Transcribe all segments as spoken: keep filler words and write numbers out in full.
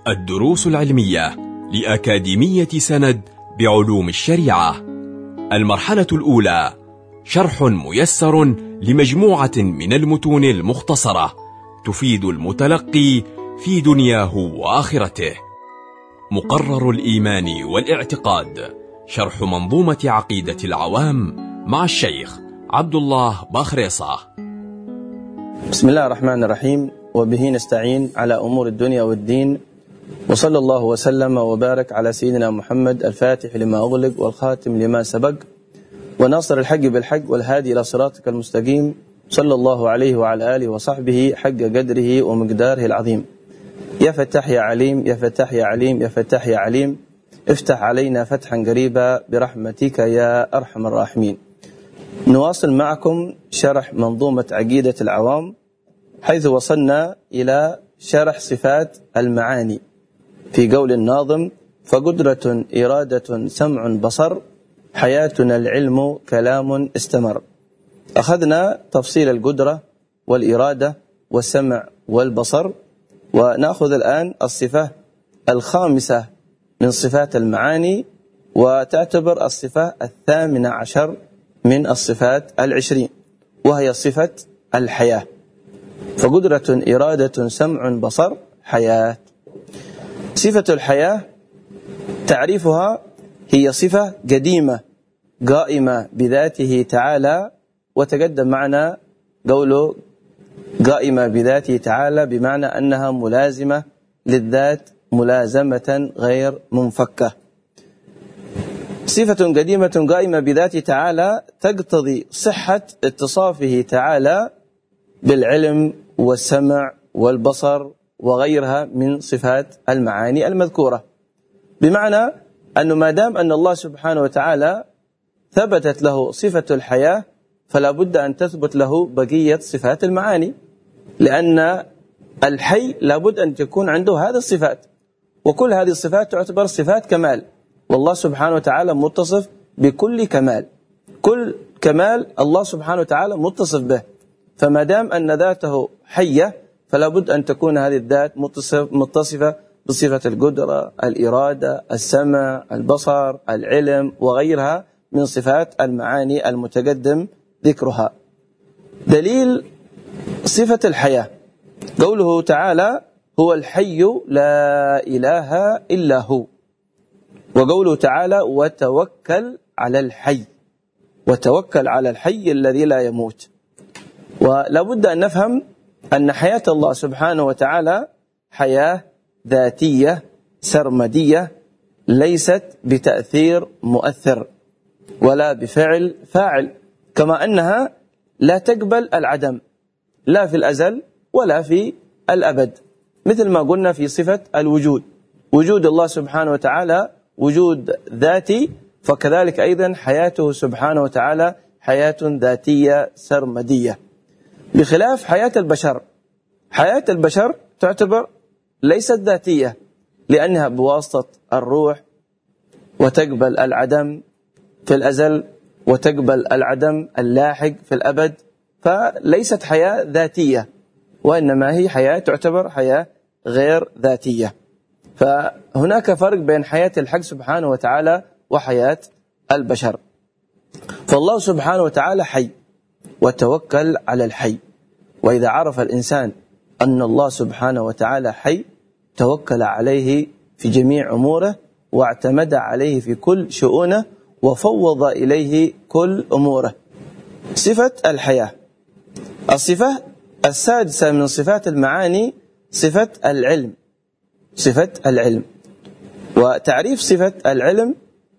الدروس العلمية لأكاديمية سند بعلوم الشريعة. المرحلة الأولى: شرح ميسر لمجموعة من المتون المختصرة تفيد المتلقي في دنياه وآخرته. مقرر الإيمان والاعتقاد، شرح منظومة عقيدة العوام مع الشيخ عبد الله باخريصة. بسم الله الرحمن الرحيم، وبه نستعين على أمور الدنيا والدين، وصلى الله وسلم وبارك على سيدنا محمد الفاتح لما أغلق والخاتم لما سبق وناصر الحق بالحق والهادي إلى صراطك المستقيم، صلى الله عليه وعلى آله وصحبه حق قدره ومقداره العظيم. يا فتاح يا عليم، يا فتاح يا عليم، يا فتاح يا عليم، افتح علينا فتحا قريبا برحمتك يا أرحم الراحمين. نواصل معكم شرح منظومة عقيدة العوام، حيث وصلنا إلى شرح صفات المعاني في قول الناظم: فقدرة إرادة سمع بصر، حياتنا العلم كلام استمر. أخذنا تفصيل القدرة والإرادة والسمع والبصر، ونأخذ الآن الصفة الخامسة من صفات المعاني، وتعتبر الصفة الثامنة عشر من الصفات العشرين، وهي صفة الحياة. فقدرة إرادة سمع بصر حياة. صفة الحياة تعريفها: هي صفة قديمة قائمة بذاته تعالى، وتقدم معنا قوله قائمة بذاته تعالى بمعنى أنها ملازمة للذات ملازمة غير منفكة. صفة قديمة قائمة بذاته تعالى تقتضي صحة اتصافه تعالى بالعلم والسمع والبصر وغيرها من صفات المعاني المذكورة، بمعنى أنه ما دام أن الله سبحانه وتعالى ثبتت له صفة الحياة، فلا بد أن تثبت له بقية صفات المعاني، لأن الحي لا بد أن تكون عنده هذه الصفات، وكل هذه الصفات تعتبر صفات كمال، والله سبحانه وتعالى متصف بكل كمال. كل كمال الله سبحانه وتعالى متصف به، فما دام أن ذاته حية فلا بد أن تكون هذه الذات متصف متصفة بصفة القدرة، الإرادة، السمع، البصر، العلم وغيرها من صفات المعاني المتقدم ذكرها. دليل صفة الحياة قوله تعالى: هو الحي لا إله إلا هو، وقوله تعالى: وتوكل على الحي، وتوكل على الحي الذي لا يموت. ولا بد أن نفهم أن حياة الله سبحانه وتعالى حياة ذاتية سرمدية، ليست بتأثير مؤثر ولا بفعل فاعل، كما أنها لا تقبل العدم لا في الأزل ولا في الأبد، مثل ما قلنا في صفة الوجود. وجود الله سبحانه وتعالى وجود ذاتي، فكذلك أيضا حياته سبحانه وتعالى حياة ذاتية سرمدية، بخلاف حياة البشر. حياة البشر تعتبر ليست ذاتية، لأنها بواسطة الروح، وتقبل العدم في الأزل وتقبل العدم اللاحق في الأبد، فليست حياة ذاتية، وإنما هي حياة تعتبر حياة غير ذاتية. فهناك فرق بين حياة الحق سبحانه وتعالى وحياة البشر. فالله سبحانه وتعالى حي، وتوكل على الحي. وإذا عرف الإنسان أن الله سبحانه وتعالى حي، توكل عليه في جميع أموره، واعتمد عليه في كل شؤونه، وفوض إليه كل أموره. صفة الحياة. الصفة السادسة من صفات المعاني صفة العلم. صفة العلم، وتعريف صفة العلم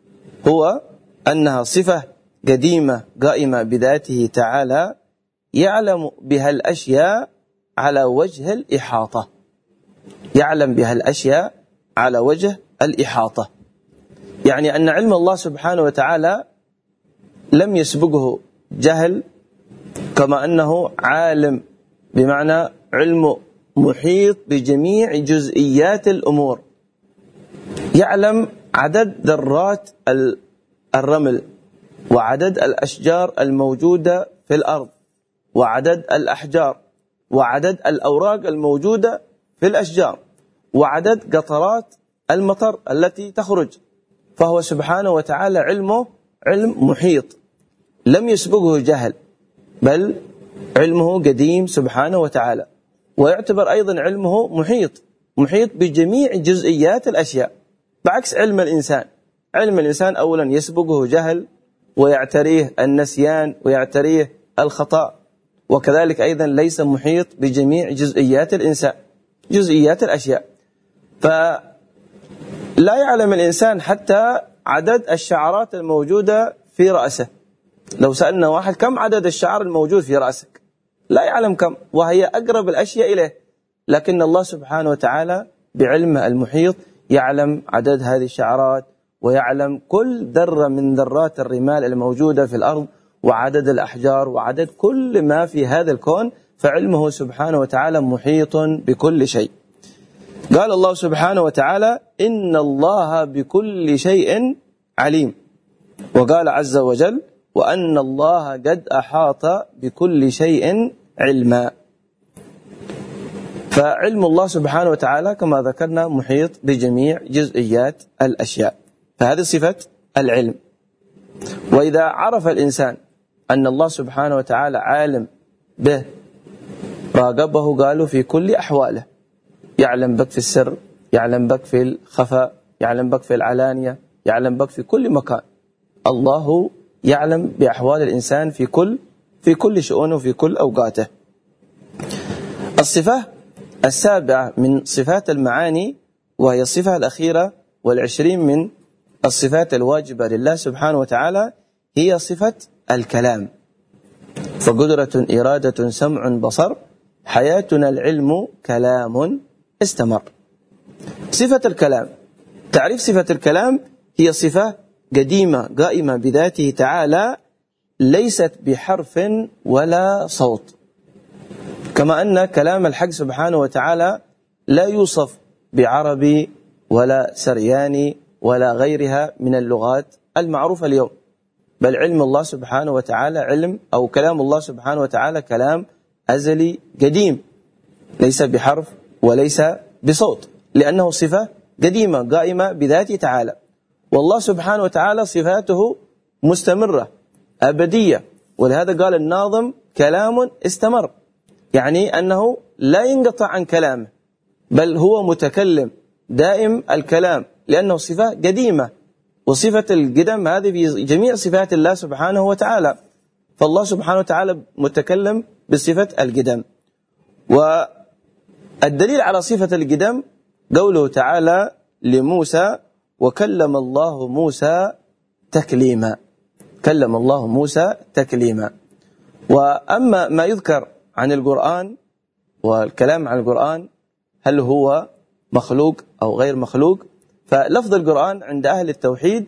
هو أنها صفة قديمة قائمة بذاته تعالى، يعلم بها الأشياء على وجه الإحاطة. يعلم بها الأشياء على وجه الإحاطة، يعني أن علم الله سبحانه وتعالى لم يسبقه جهل، كما أنه عالم بمعنى علم محيط بجميع جزئيات الأمور. يعلم عدد ذرات الرمل، وعدد الأشجار الموجودة في الأرض، وعدد الأحجار، وعدد الأوراق الموجودة في الأشجار، وعدد قطرات المطر التي تخرج. فهو سبحانه وتعالى علمه علم محيط لم يسبقه جهل، بل علمه قديم سبحانه وتعالى. ويعتبر أيضا علمه محيط محيط بجميع جزئيات الأشياء، بعكس علم الإنسان. علم الإنسان أولا يسبقه جهل ويعتريه النسيان ويعتريه الخطأ، وكذلك أيضا ليس محيط بجميع جزئيات الإنسان جزئيات الأشياء. فلا يعلم الإنسان حتى عدد الشعرات الموجودة في رأسه. لو سألنا واحد كم عدد الشعر الموجود في رأسك، لا يعلم كم، وهي أقرب الأشياء إليه. لكن الله سبحانه وتعالى بعلمه المحيط يعلم عدد هذه الشعرات، ويعلم كل ذرة من ذرات الرمال الموجودة في الأرض، وعدد الأحجار، وعدد كل ما في هذا الكون. فعلمه سبحانه وتعالى محيط بكل شيء. قال الله سبحانه وتعالى: إن الله بكل شيء عليم. وقال عز وجل: وأن الله قد أحاط بكل شيء علما. فعلم الله سبحانه وتعالى كما ذكرنا محيط بجميع جزئيات الأشياء، فهذه صفة العلم. وإذا عرف الإنسان أن الله سبحانه وتعالى عالم به راقبه، قالوا في كل أحواله، يعلم بك في السر، يعلم بك في الخفاء، يعلم بك في العلانية، يعلم بك في كل مكان. الله يعلم بأحوال الإنسان في كل في كل شؤونه في كل أوقاته. الصفة السابعة من صفات المعاني، وهي الصفة الأخيرة والعشرين من الصفات الواجبة لله سبحانه وتعالى، هي صفة الكلام. فقدرة إرادة سمع بصر حياتنا العلم كلام استمر. صفة الكلام، تعريف صفة الكلام: هي صفة قديمة قائمة بذاته تعالى، ليست بحرف ولا صوت. كما أن كلام الحق سبحانه وتعالى لا يوصف بعربي ولا سرياني ولا غيرها من اللغات المعروفة اليوم، بل علم الله سبحانه وتعالى علم أو كلام الله سبحانه وتعالى كلام أزلي قديم، ليس بحرف وليس بصوت، لأنه صفة قديمة قائمة بذاته تعالى. والله سبحانه وتعالى صفاته مستمرة أبدية، ولهذا قال الناظم: كلام استمر، يعني أنه لا ينقطع عن كلامه، بل هو متكلم دائم الكلام، لأنه صفة قديمة. وصفة القدم هذه في جميع صفات الله سبحانه وتعالى، فالله سبحانه وتعالى متكلم بصفة القدم. والدليل على صفة القدم قوله تعالى لموسى: وكلم الله موسى تكليما. كلم الله موسى تكليما. وأما ما يذكر عن القرآن والكلام عن القرآن، هل هو مخلوق أو غير مخلوق؟ فلفظ القرآن عند أهل التوحيد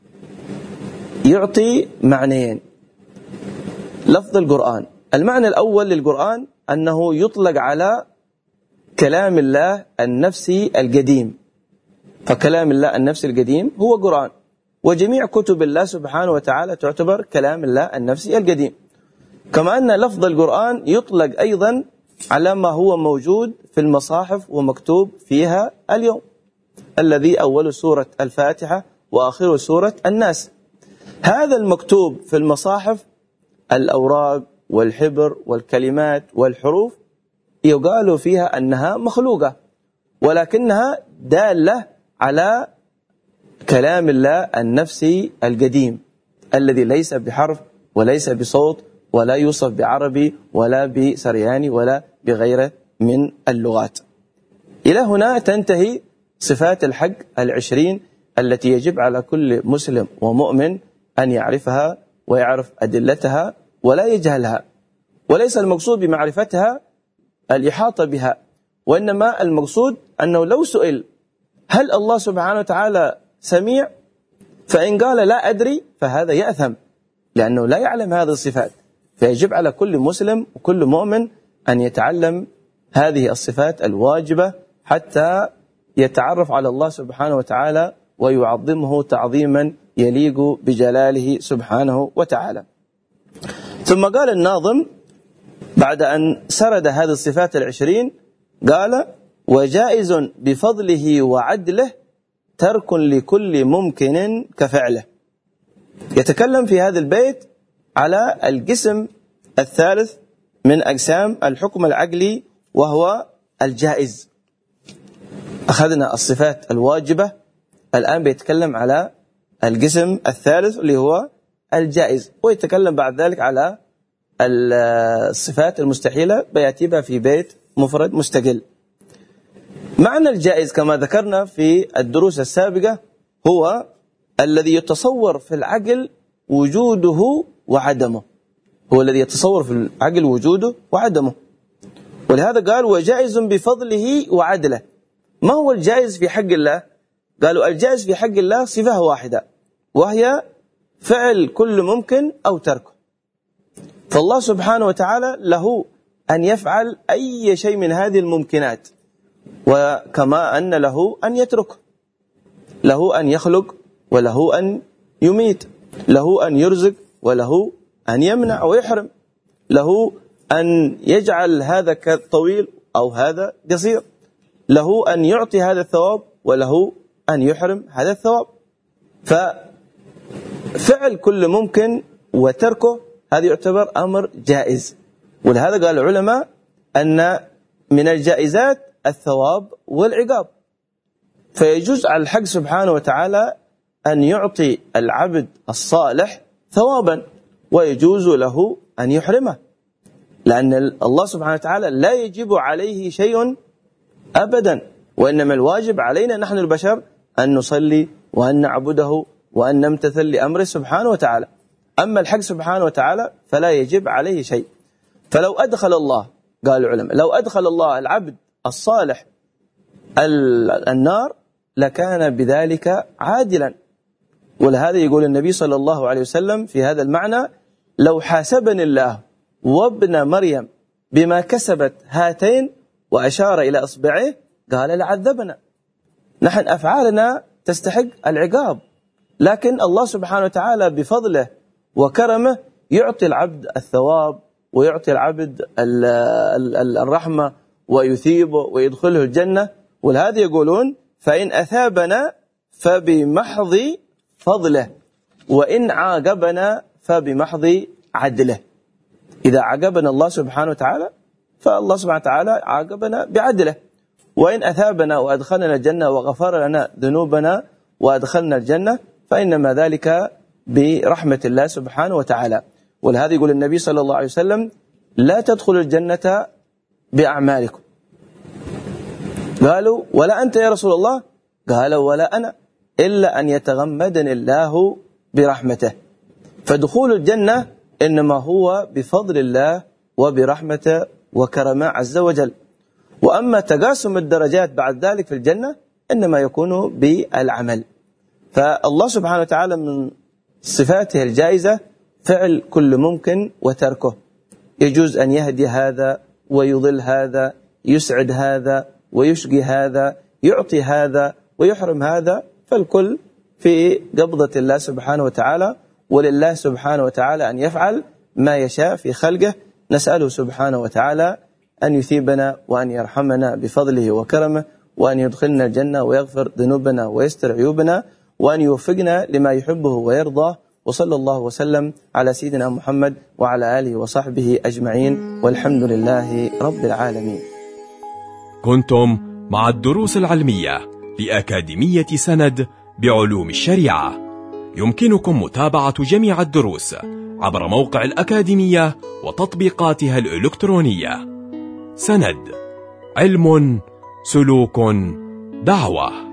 يعطي معنيين. لفظ القرآن، المعنى الأول للقرآن أنه يطلق على كلام الله النفسي القديم، فكلام الله النفسي القديم هو قرآن، وجميع كتب الله سبحانه وتعالى تعتبر كلام الله النفسي القديم. كما أن لفظ القرآن يطلق أيضا على ما هو موجود في المصاحف ومكتوب فيها اليوم، الذي أول سورة الفاتحة وآخر سورة الناس. هذا المكتوب في المصاحف، الأوراق والحبر والكلمات والحروف، يقال فيها أنها مخلوقة، ولكنها دالة على كلام الله النفسي القديم الذي ليس بحرف وليس بصوت ولا يوصف بعربي ولا بسرياني ولا بغيره من اللغات. إلى هنا تنتهي صفات الحق العشرين التي يجب على كل مسلم ومؤمن أن يعرفها ويعرف أدلتها ولا يجهلها. وليس المقصود بمعرفتها الإحاطة بها، وإنما المقصود أنه لو سئل هل الله سبحانه وتعالى سميع، فإن قال لا أدري فهذا يأثم، لأنه لا يعلم هذه الصفات. فيجب على كل مسلم وكل مؤمن أن يتعلم هذه الصفات الواجبة حتى يتعرف على الله سبحانه وتعالى ويعظمه تعظيما يليق بجلاله سبحانه وتعالى. ثم قال الناظم بعد أن سرد هذه الصفات العشرين، قال: وجائز بفضله وعدله ترك لكل ممكن كفعله. يتكلم في هذا البيت على القسم الثالث من أقسام الحكم العقلي وهو الجائز. أخذنا الصفات الواجبة، الآن بيتكلم على القسم الثالث اللي هو الجائز، ويتكلم بعد ذلك على الصفات المستحيلة بيأتيها في بيت مفرد مستقل. معنى الجائز كما ذكرنا في الدروس السابقة هو الذي يتصور في العقل وجوده وعدمه، هو الذي يتصور في العقل وجوده وعدمه. ولهذا قال وجائز بفضله وعدله. ما هو الجائز في حق الله؟ قالوا الجائز في حق الله صفة واحدة، وهي فعل كل ممكن أو تركه. فالله سبحانه وتعالى له أن يفعل أي شيء من هذه الممكنات، وكما أن له أن يتركه، له أن يخلق وله أن يميت، له أن يرزق وله أن يمنع ويحرم، له أن يجعل هذا طويل أو هذا قصير، له أن يعطي هذا الثواب وله أن يحرم هذا الثواب. ففعل كل ممكن وتركه هذا يعتبر أمر جائز. ولهذا قال العلماء أن من الجائزات الثواب والعقاب، فيجوز على الحق سبحانه وتعالى أن يعطي العبد الصالح ثوابا، ويجوز له أن يحرمه، لأن الله سبحانه وتعالى لا يجب عليه شيء أبدا، وإنما الواجب علينا نحن البشر أن نصلي وأن نعبده وأن نمتثل لأمره سبحانه وتعالى. أما الحق سبحانه وتعالى فلا يجب عليه شيء. فلو أدخل الله، قال العلماء، لو أدخل الله العبد الصالح النار لكان بذلك عادلا. ولهذا يقول النبي صلى الله عليه وسلم في هذا المعنى لو حاسبني الله وابن مريم بما كسبت هاتين، وأشار إلى أصبعه، قال لعذبنا. نحن أفعالنا تستحق العقاب، لكن الله سبحانه وتعالى بفضله وكرمه يعطي العبد الثواب ويعطي العبد الرحمة ويثيبه ويدخله الجنة. ولهذا يقولون فإن أثابنا فبمحض فضله، وإن عاقبنا فبمحض عدله. إذا عاقبنا الله سبحانه وتعالى فالله سبحانه وتعالى عاقبنا بعدله، وإن أثابنا وأدخلنا الجنة وغفر لنا ذنوبنا وأدخلنا الجنة فإنما ذلك برحمة الله سبحانه وتعالى. ولهذا يقول النبي صلى الله عليه وسلم لا تدخلوا الجنة بأعمالكم. قالوا ولا أنت يا رسول الله؟ قال ولا أنا، إلا أن يتغمدني الله برحمته. فدخول الجنة إنما هو بفضل الله وبرحمته وكرمه عز وجل. وأما تقاسم الدرجات بعد ذلك في الجنة إنما يكون بالعمل. فالله سبحانه وتعالى من صفاته الجائزة فعل كل ممكن وتركه. يجوز أن يهدي هذا ويضل هذا، يسعد هذا ويشقي هذا، يعطي هذا ويحرم هذا، فالكل في قبضة الله سبحانه وتعالى، ولله سبحانه وتعالى أن يفعل ما يشاء في خلقه. نسأله سبحانه وتعالى أن يثيبنا وأن يرحمنا بفضله وكرمه، وأن يدخلنا الجنة ويغفر ذنوبنا ويستر عيوبنا، وأن يوفقنا لما يحبه ويرضاه. وصلى الله وسلم على سيدنا محمد وعلى آله وصحبه أجمعين، والحمد لله رب العالمين. كنتم مع الدروس العلمية لأكاديمية سند بعلوم الشريعة. يمكنكم متابعة جميع الدروس عبر موقع الأكاديمية وتطبيقاتها الإلكترونية. سند، علم، سلوك، دعوة.